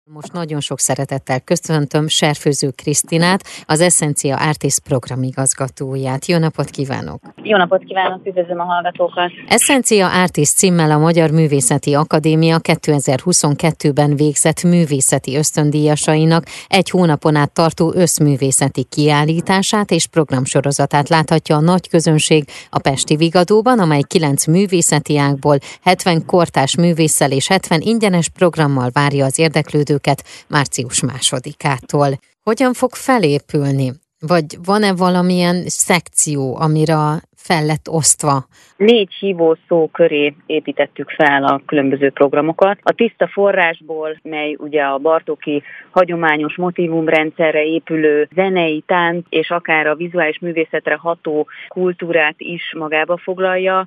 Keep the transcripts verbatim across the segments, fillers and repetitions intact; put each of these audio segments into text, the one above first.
Most nagyon sok szeretettel köszöntöm Serfőző Krisztinát, az Essencia Artis programigazgatóját. Jó napot kívánok! Jó napot kívánok, üdvözlöm a hallgatókat! Essencia Artis címmel a Magyar Művészeti Akadémia kétezer-huszonkettőben végzett művészeti ösztöndíjasainak egy hónapon át tartó összművészeti kiállítását és programsorozatát láthatja a nagy közönség a Pesti Vigadóban, amely kilenc művészeti ágból hetven kortárs művésszel és hetven ingyenes programmal várja az érdeklődőket március másodikától. Hogyan fog felépülni? Vagy van-e valamilyen szekció, amire fel lett osztva? Négy hívószó köré építettük fel a különböző programokat. A tiszta forrásból, mely ugye a bartóki hagyományos motívumrendszerre épülő zenei, tánc és akár a vizuális művészetre ható kultúrát is magába foglalja,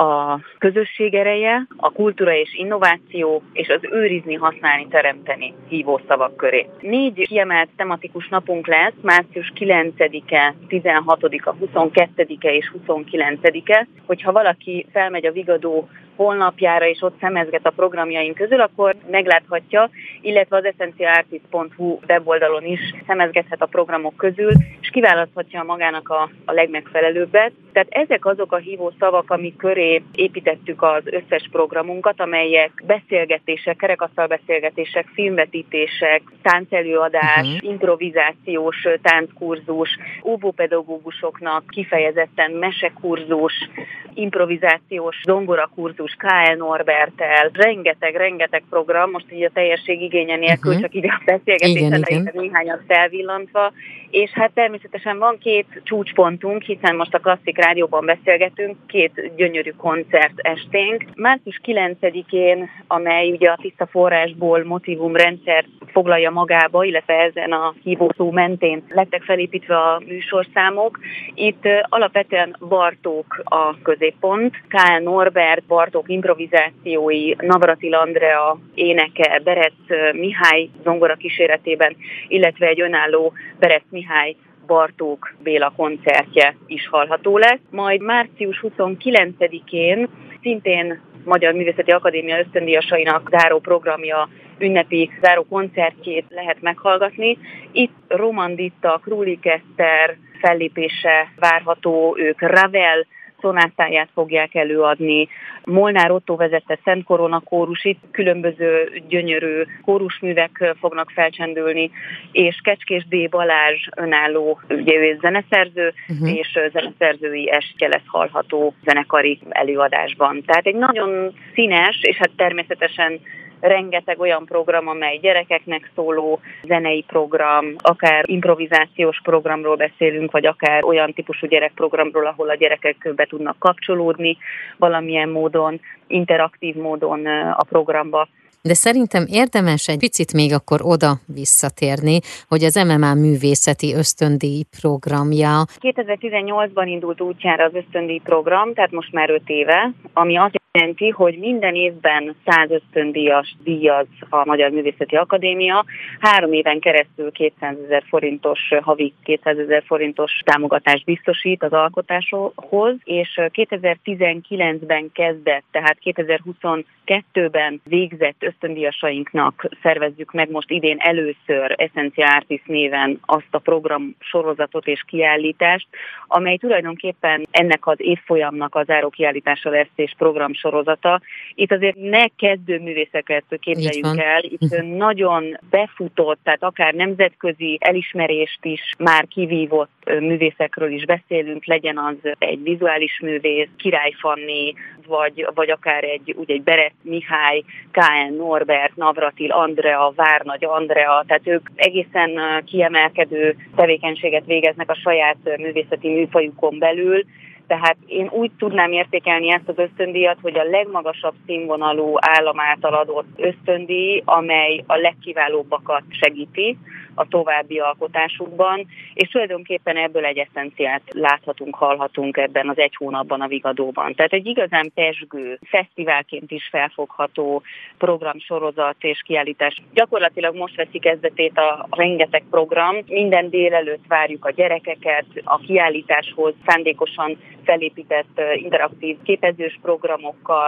a közösség ereje, a kultúra és innováció, és az őrizni, használni, teremteni hívószavak köré. Négy kiemelt tematikus napunk lesz, március kilencedike, tizenhatodika, huszonkettedike és huszonkilencedike. Hogyha valaki felmegy a Vigadó honlapjára és ott szemezget a programjaink közül, akkor megláthatja, illetve az essencia artis pont hu weboldalon is szemezgethet a programok közül, és kiválaszthatja magának a, a legmegfelelőbbet. Tehát ezek azok a hívó szavak, amik köré építettük az összes programunkat, amelyek beszélgetések, kerekasztal beszélgetések, filmvetítések, táncelőadás, uh-huh. improvizációs tánckurzus, óvópedagógusoknak kifejezetten mesekurzus, improvizációs zongorakurzus ká el Norberttel, rengeteg-rengeteg program, most így a teljesség igénye nélkül, uh-huh. csak így a beszélgetésen néhányat felvillantva, és hát természetesen van két csúcspontunk, hiszen most a Klasszik Rádióban beszélgetünk, két gyönyörű koncert esténk. március kilencedikén, amely ugye a tiszta forrásból motívumrendszer foglalja magába, illetve ezen a hívószó mentén lettek felépítve a műsorszámok. Itt alapvetően Bartók a középpont, ká el Norbert, Bartók improvizációi, Navratil Andrea éneke, Berec Mihály zongora kíséretében, illetve egy önálló Berec Mihály Bartók Béla koncertje is hallható lesz. Majd március huszonkilencedikén szintén Magyar Művészeti Akadémia ösztöndíjasainak záró programja, ünnepi záró koncertjét lehet meghallgatni. Itt Roman Ditta, Krulik Eszter fellépése várható, ők Ravel szonátáját fogják előadni, Molnár Ottó vezette Szent Korona kórus, itt különböző gyönyörű kórusművek fognak felcsendülni, és Kecskés D. Balázs önálló, ugye ő zeneszerző, uh-huh. és zeneszerzői estje lesz hallható zenekari előadásban. Tehát egy nagyon színes, és hát természetesen rengeteg olyan program, amely gyerekeknek szóló zenei program, akár improvizációs programról beszélünk, vagy akár olyan típusú gyerekprogramról, ahol a gyerekek be tudnak kapcsolódni valamilyen módon, interaktív módon a programba. De szerintem érdemes egy picit még akkor oda visszatérni, hogy az em em á művészeti ösztöndíj programja. kétezer-tizennyolcban indult útjára az ösztöndíj program, tehát most már öt éve, ami azt jelenti, hogy minden évben száz ösztöndíjas díjaz a Magyar Művészeti Akadémia, három éven keresztül kétszázezer forintos, havi kétszázezer forintos támogatást biztosít az alkotáshoz, és kétezer-tizenkilencben kezdett, tehát kétezer-huszonkettőben végzett ösztöndíjasainknak szervezzük meg most idén először Essencia Artis néven azt a program sorozatot és kiállítást, amely tulajdonképpen ennek az évfolyamnak az záró kiállítása lesz és program sorozata. Itt azért ne kezdő művészeket képzeljünk el, itt nagyon befutott, tehát akár nemzetközi elismerést is már kivívott művészekről is beszélünk, legyen az egy vizuális művész, Király Fanni, vagy, vagy akár egy, ugye egy Berec Mihály, ká el Norbert, Navratil Andrea, Várnagy Andrea, tehát ők egészen kiemelkedő tevékenységet végeznek a saját művészeti műfajukon belül. Tehát én úgy tudnám értékelni ezt az ösztöndíjat, hogy a legmagasabb színvonalú állam által adott ösztöndíj, amely a legkiválóbbakat segíti a további alkotásukban, és tulajdonképpen ebből egy eszenciát láthatunk, hallhatunk ebben az egy hónapban a Vigadóban. Tehát egy igazán pezsgő, fesztiválként is felfogható programsorozat és kiállítás. Gyakorlatilag most veszi kezdetét a rengeteg program. Minden délelőtt várjuk a gyerekeket a kiállításhoz szándékosan felépített interaktív képezős programokkal,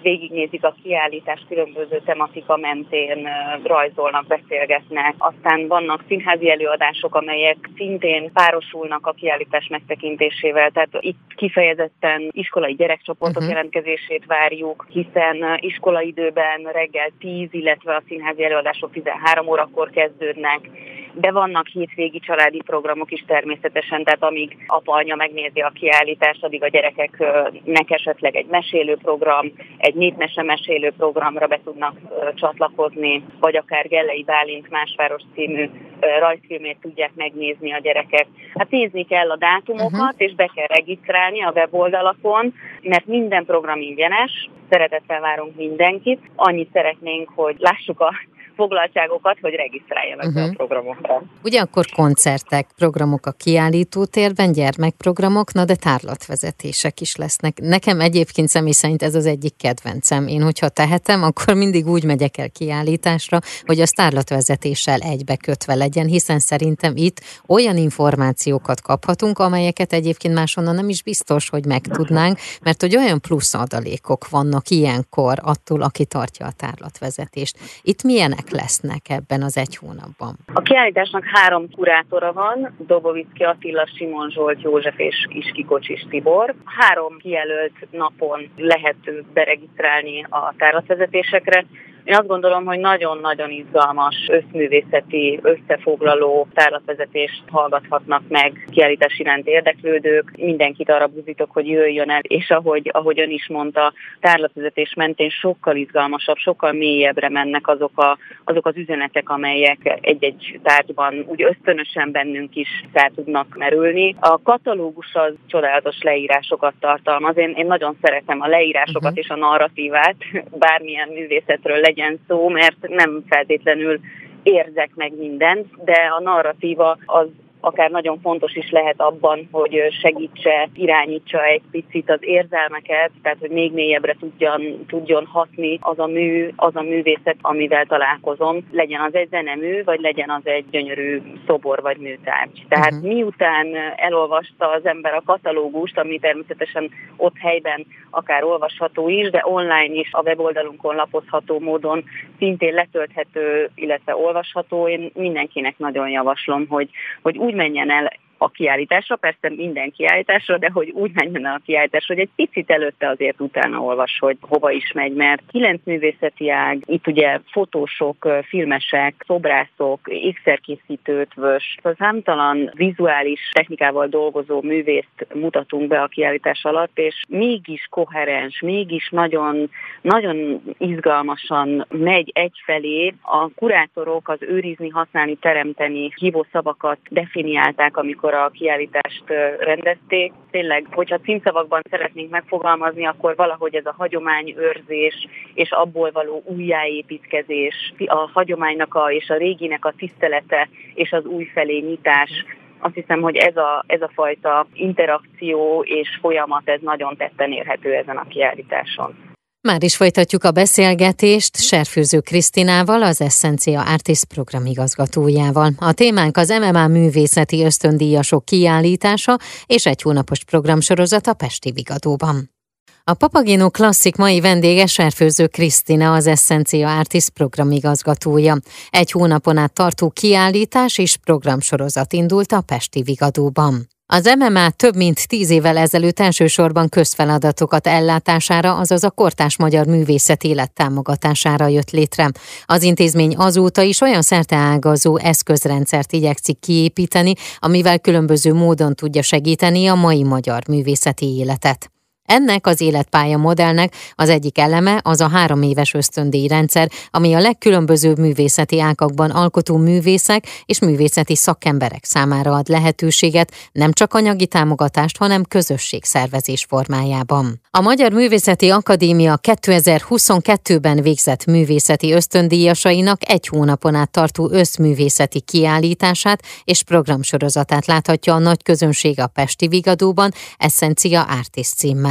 végignézik a kiállítást, különböző tematika mentén rajzolnak, beszélgetnek. Aztán vannak színházi előadások, amelyek szintén párosulnak a kiállítás megtekintésével, tehát itt kifejezetten iskolai gyerekcsoportok uh-huh. jelentkezését várjuk, hiszen iskolaidőben reggel tíz, illetve a színházi előadások tizenhárom órakor kezdődnek, de vannak hétvégi családi programok is természetesen, tehát amíg apa-anya megnézi a kiállítást, addig a gyerekeknek esetleg egy mesélőprogram, egy népmese mesélő programra be tudnak csatlakozni, vagy akár Gellei Bálint Másváros című rajzfilmét tudják megnézni a gyerekek. Hát nézni kell a dátumokat, uh-huh. és be kell regisztrálni a weboldalakon, mert minden program ingyenes, szeretettel várunk mindenkit. Annyit szeretnénk, hogy lássuk a foglaltságokat, hogy regisztráljanak uh-huh. a programokra. Ugye akkor koncertek, programok a kiállítótérben, gyermekprogramok, na de tárlatvezetések is lesznek. Nekem egyébként személy szerint ez az egyik kedvencem. Én, hogyha tehetem, akkor mindig úgy megyek el kiállításra, hogy az tárlatvezetéssel egybekötve legyen, hiszen szerintem itt olyan információkat kaphatunk, amelyeket egyébként máshonnan nem is biztos, hogy megtudnánk, mert hogy olyan plusz adalékok vannak ilyenkor attól, aki tartja a tárlatvezetést. Itt milyenek lesznek ebben az egy hónapban? A kiállításnak három kurátora van, Dobovicki Attila, Simon Zsolt, József és Iski Kocsis Tibor. Három kijelölt napon lehet beregisztrálni a tárlatvezetésekre. Én azt gondolom, hogy nagyon-nagyon izgalmas összművészeti, összefoglaló tárlatvezetést hallgathatnak meg kiállítás iránt érdeklődők. Mindenkit arra buzdítok, hogy jöjjön el, és ahogy, ahogy ön is mondta, tárlatvezetés mentén sokkal izgalmasabb, sokkal mélyebbre mennek azok, a, azok az üzenetek, amelyek egy-egy tárgyban úgy ösztönösen bennünk is fel tudnak merülni. A katalógus az csodálatos leírásokat tartalmaz. Én, én nagyon szeretem a leírásokat uh-huh. és a narratívát, bármilyen művészetről legyen szó, mert nem feltétlenül érzek meg mindent, de a narratíva az akár nagyon fontos is lehet abban, hogy segítse, irányítsa egy picit az érzelmeket, tehát hogy még mélyebbre tudjon, tudjon hatni az a mű, az a művészet, amivel találkozom. Legyen az egy zenemű, vagy legyen az egy gyönyörű szobor vagy műtárgy. Tehát uh-huh. miután elolvasta az ember a katalógust, ami természetesen ott helyben akár olvasható is, de online is a weboldalunkon lapozható módon szintén letölthető, illetve olvasható, én mindenkinek nagyon javaslom, hogy, hogy úgy menjen el a kiállításra, persze minden kiállításra, de hogy úgy menjen el a kiállításra, hogy egy picit előtte azért utána olvas, hogy hova is megy, mert kilenc művészeti ág, itt ugye fotósok, filmesek, szobrászok, ékszerkészítő ötvös, az számtalan vizuális technikával dolgozó művészt mutatunk be a kiállítás alatt, és mégis koherens, mégis nagyon, nagyon izgalmasan megy egyfelé. A kurátorok az őrizni, használni, teremteni hívó szavakat definiálták, amikor a kiállítást rendezték. Tényleg, hogyha címszavakban szeretnénk megfogalmazni, akkor valahogy ez a hagyományőrzés és abból való újjáépítkezés, a hagyománynak a, és a réginek a tisztelete és az új felé nyitás. Azt hiszem, hogy ez a, ez a fajta interakció és folyamat, ez nagyon tetten érhető ezen a kiállításon. Már is folytatjuk a beszélgetést Serfőző Krisztinával, az Essencia Artis programigazgatójával. A témánk az em em á művészeti ösztöndíjasok kiállítása és egy hónapos programsorozat a Pesti Vigadóban. A Papageno Classic mai vendége Serfőző Krisztina, az Essencia Artis programigazgatója. Egy hónapon át tartó kiállítás és programsorozat indult a Pesti Vigadóban. Az em em á több mint tíz évvel ezelőtt elsősorban közfeladatokat ellátására, azaz a kortárs magyar művészet élet támogatására jött létre. Az intézmény azóta is olyan szerteágazó eszközrendszert igyekszik kiépíteni, amivel különböző módon tudja segíteni a mai magyar művészeti életet. Ennek az életpálya modellnek az egyik eleme az a három éves ösztöndíjrendszer, ami a legkülönbözőbb művészeti ágakban alkotó művészek és művészeti szakemberek számára ad lehetőséget, nem csak anyagi támogatást, hanem közösségszervezés formájában. A Magyar Művészeti Akadémia kétezer-huszonkettőben végzett művészeti ösztöndíjasainak egy hónapon át tartó összművészeti kiállítását és programsorozatát láthatja a nagy közönség a Pesti Vigadóban Essencia Artis címmel.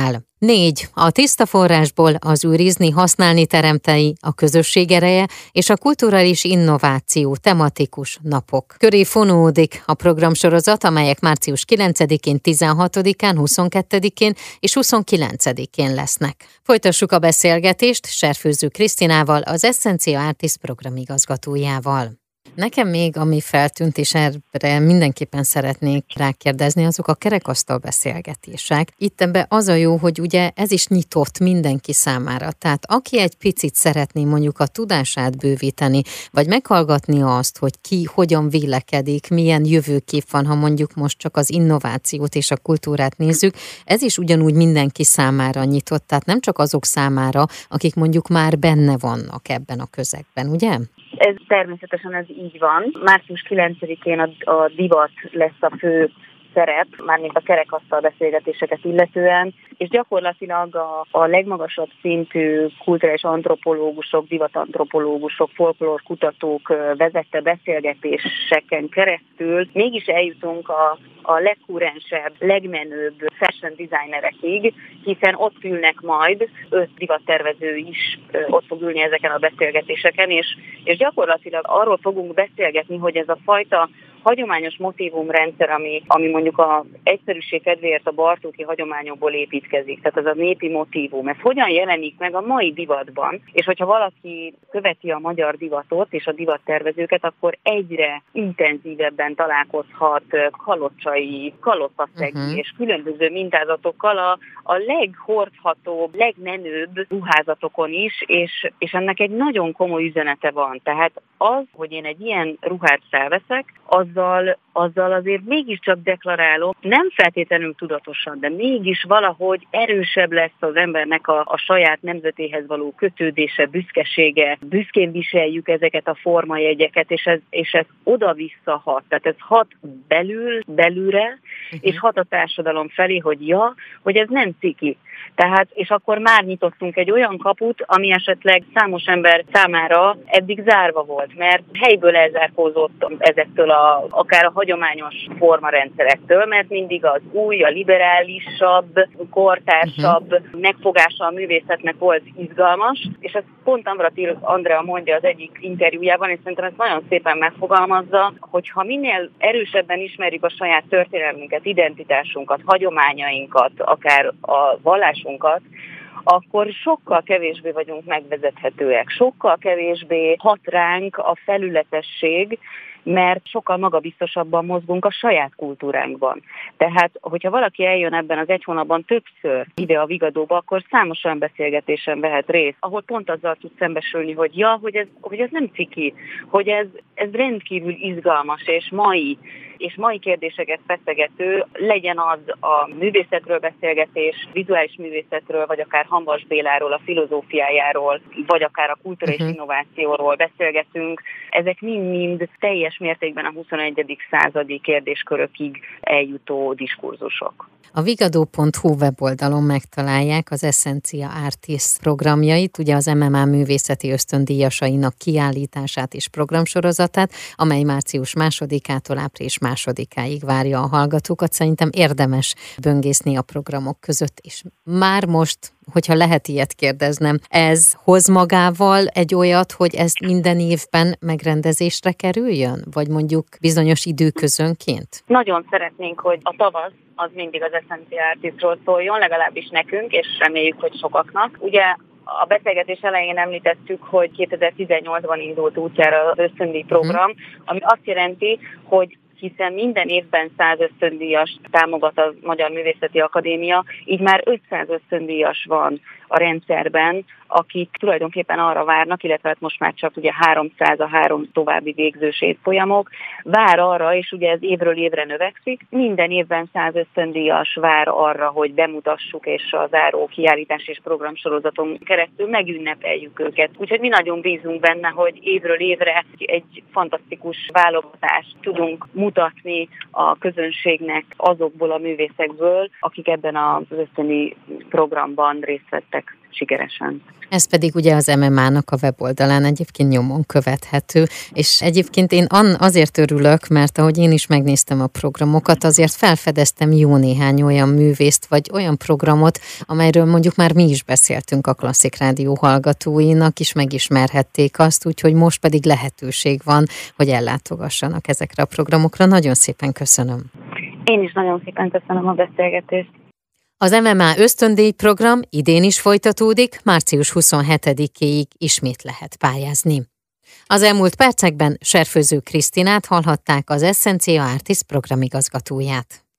áll. négy. A tiszta forrásból az őrizni, használni teremtei, a közösség ereje és a kulturális innováció tematikus napok köré fonódik a programsorozat, amelyek március kilencedikén, tizenhatodikán, huszonkettedikén és huszonkilencedikén lesznek. Folytassuk a beszélgetést Serfőző Krisztinával, az Essencia Artis programigazgatójával. Nekem még, ami feltűnt, és erre mindenképpen szeretnék rákérdezni, azok a kerekasztal beszélgetések. Itt ebben az a jó, hogy ugye ez is nyitott mindenki számára. Tehát aki egy picit szeretné mondjuk a tudását bővíteni, vagy meghallgatni azt, hogy ki hogyan vélekedik, milyen jövőkép van, ha mondjuk most csak az innovációt és a kultúrát nézzük, ez is ugyanúgy mindenki számára nyitott, tehát nem csak azok számára, akik mondjuk már benne vannak ebben a közegben, ugye? Ez természetesen ez így van. március kilencedikén a, a divat lesz a fő szerep, mármint a kerekasztal beszélgetéseket illetően, és gyakorlatilag a, a legmagasabb szintű kulturális antropológusok, divatantropológusok, folklórkutatók vezette beszélgetéseken keresztül mégis eljutunk a, a legkurensebb, legmenőbb fashion designerekig, hiszen ott ülnek majd, öt divattervező is ott fog ülni ezeken a beszélgetéseken, és, és gyakorlatilag arról fogunk beszélgetni, hogy ez a fajta hagyományos motívumrendszer, ami, ami mondjuk az egyszerűség kedvéért a bartóki hagyományokból építkezik, tehát ez a népi motívum, ez hogyan jelenik meg a mai divatban, és hogyha valaki követi a magyar divatot és a divattervezőket, akkor egyre intenzívebben találkozhat kalocsai, kalotaszegi uh-huh. és különböző mintázatokkal a, a leghordhatóbb, legmenőbb ruházatokon is, és, és ennek egy nagyon komoly üzenete van. Tehát az, hogy én egy ilyen ruhát felveszek, azzal, azzal azért mégiscsak deklarálom, nem feltétlenül tudatosan, de mégis valahogy erősebb lesz az embernek a, a saját nemzetéhez való kötődése, büszkesége, büszkén viseljük ezeket a formajegyeket, és ez, és ez oda-vissza hat. Tehát ez hat belül, belülre, uh-huh. és hat a társadalom felé, hogy ja, hogy ez nem ciki. Tehát, és akkor már nyitottunk egy olyan kaput, ami esetleg számos ember számára eddig zárva volt, mert helyből elzárkózott ezektől a, akár a hagyományos formarendszerektől, mert mindig az új, a liberálisabb, kortársabb uh-huh. megfogása a művészetnek volt izgalmas, és ezt pont Ambratil Andrea mondja az egyik interjújában, és szerintem ezt nagyon szépen megfogalmazza, hogy ha minél erősebben ismerjük a saját történelmünket, identitásunkat, hagyományainkat, akár a vallásunkat, akkor sokkal kevésbé vagyunk megvezethetőek, sokkal kevésbé hat ránk a felületesség, mert sokkal magabiztosabban mozgunk a saját kultúránkban. Tehát, hogyha valaki eljön ebben az egy hónapban többször ide a Vigadóba, akkor számos olyan beszélgetésen vehet részt, ahol pont azzal tud szembesülni, hogy ja, hogy ez, hogy ez nem ciki, hogy ez, ez rendkívül izgalmas és mai, és mai kérdéseket feszegető, legyen az a művészetről beszélgetés, vizuális művészetről, vagy akár Hamvas Béláról, a filozófiájáról, vagy akár a kulturális uh-huh. innovációról beszélgetünk. Ezek mind-mind teljes mértékben a huszonegyedik századi kérdéskörökig eljutó diskurzusok. A vigadó pont hu weboldalon megtalálják az Essencia Artis programjait, ugye az em em á művészeti ösztöndíjasainak kiállítását és programsorozatát, amely március másodikától április másodikáig várja a hallgatókat. Szerintem érdemes böngészni a programok között, és már most, hogyha lehet ilyet kérdeznem, ez hoz magával egy olyat, hogy ez minden évben megrendezésre kerüljön? Vagy mondjuk bizonyos időközönként? Nagyon szeretnénk, hogy a tavasz az mindig az Essencia Artisról szóljon, legalábbis nekünk, és reméljük, hogy sokaknak. Ugye a beszélgetés elején említettük, hogy kétezer-tizennyolcban indult útjára az ösztöndíj program, ami azt jelenti, hogy hiszen minden évben száz ösztöndíjast támogat a Magyar Művészeti Akadémia, így már ötszáz ösztöndíjas van a rendszerben, akik tulajdonképpen arra várnak, illetve hát most már csak ugye háromszáz a három további végzős évfolyamok, vár arra, és ugye ez évről évre növekszik, minden évben száz ösztöndíjas vár arra, hogy bemutassuk, és a záró kiállítás és programsorozaton keresztül megünnepeljük őket. Úgyhogy mi nagyon bízunk benne, hogy évről évre egy fantasztikus válogatást tudunk mutatni a közönségnek azokból a művészekből, akik ebben az ösztöndíj programban részt vettek végeztek sikeresen. Ez pedig ugye az em em á-nak a weboldalán egyébként nyomon követhető, és egyébként én azért örülök, mert ahogy én is megnéztem a programokat, azért felfedeztem jó néhány olyan művészt, vagy olyan programot, amelyről mondjuk már mi is beszéltünk a Klasszik Rádió hallgatóinak, is megismerhették azt, úgyhogy most pedig lehetőség van, hogy ellátogassanak ezekre a programokra. Nagyon szépen köszönöm. Én is nagyon szépen köszönöm a beszélgetést. Az em em á ösztöndíj program idén is folytatódik, március huszonhetedikéig ismét lehet pályázni. Az elmúlt percekben Serfőző Krisztinát hallhatták, az Essencia Artis programigazgatóját.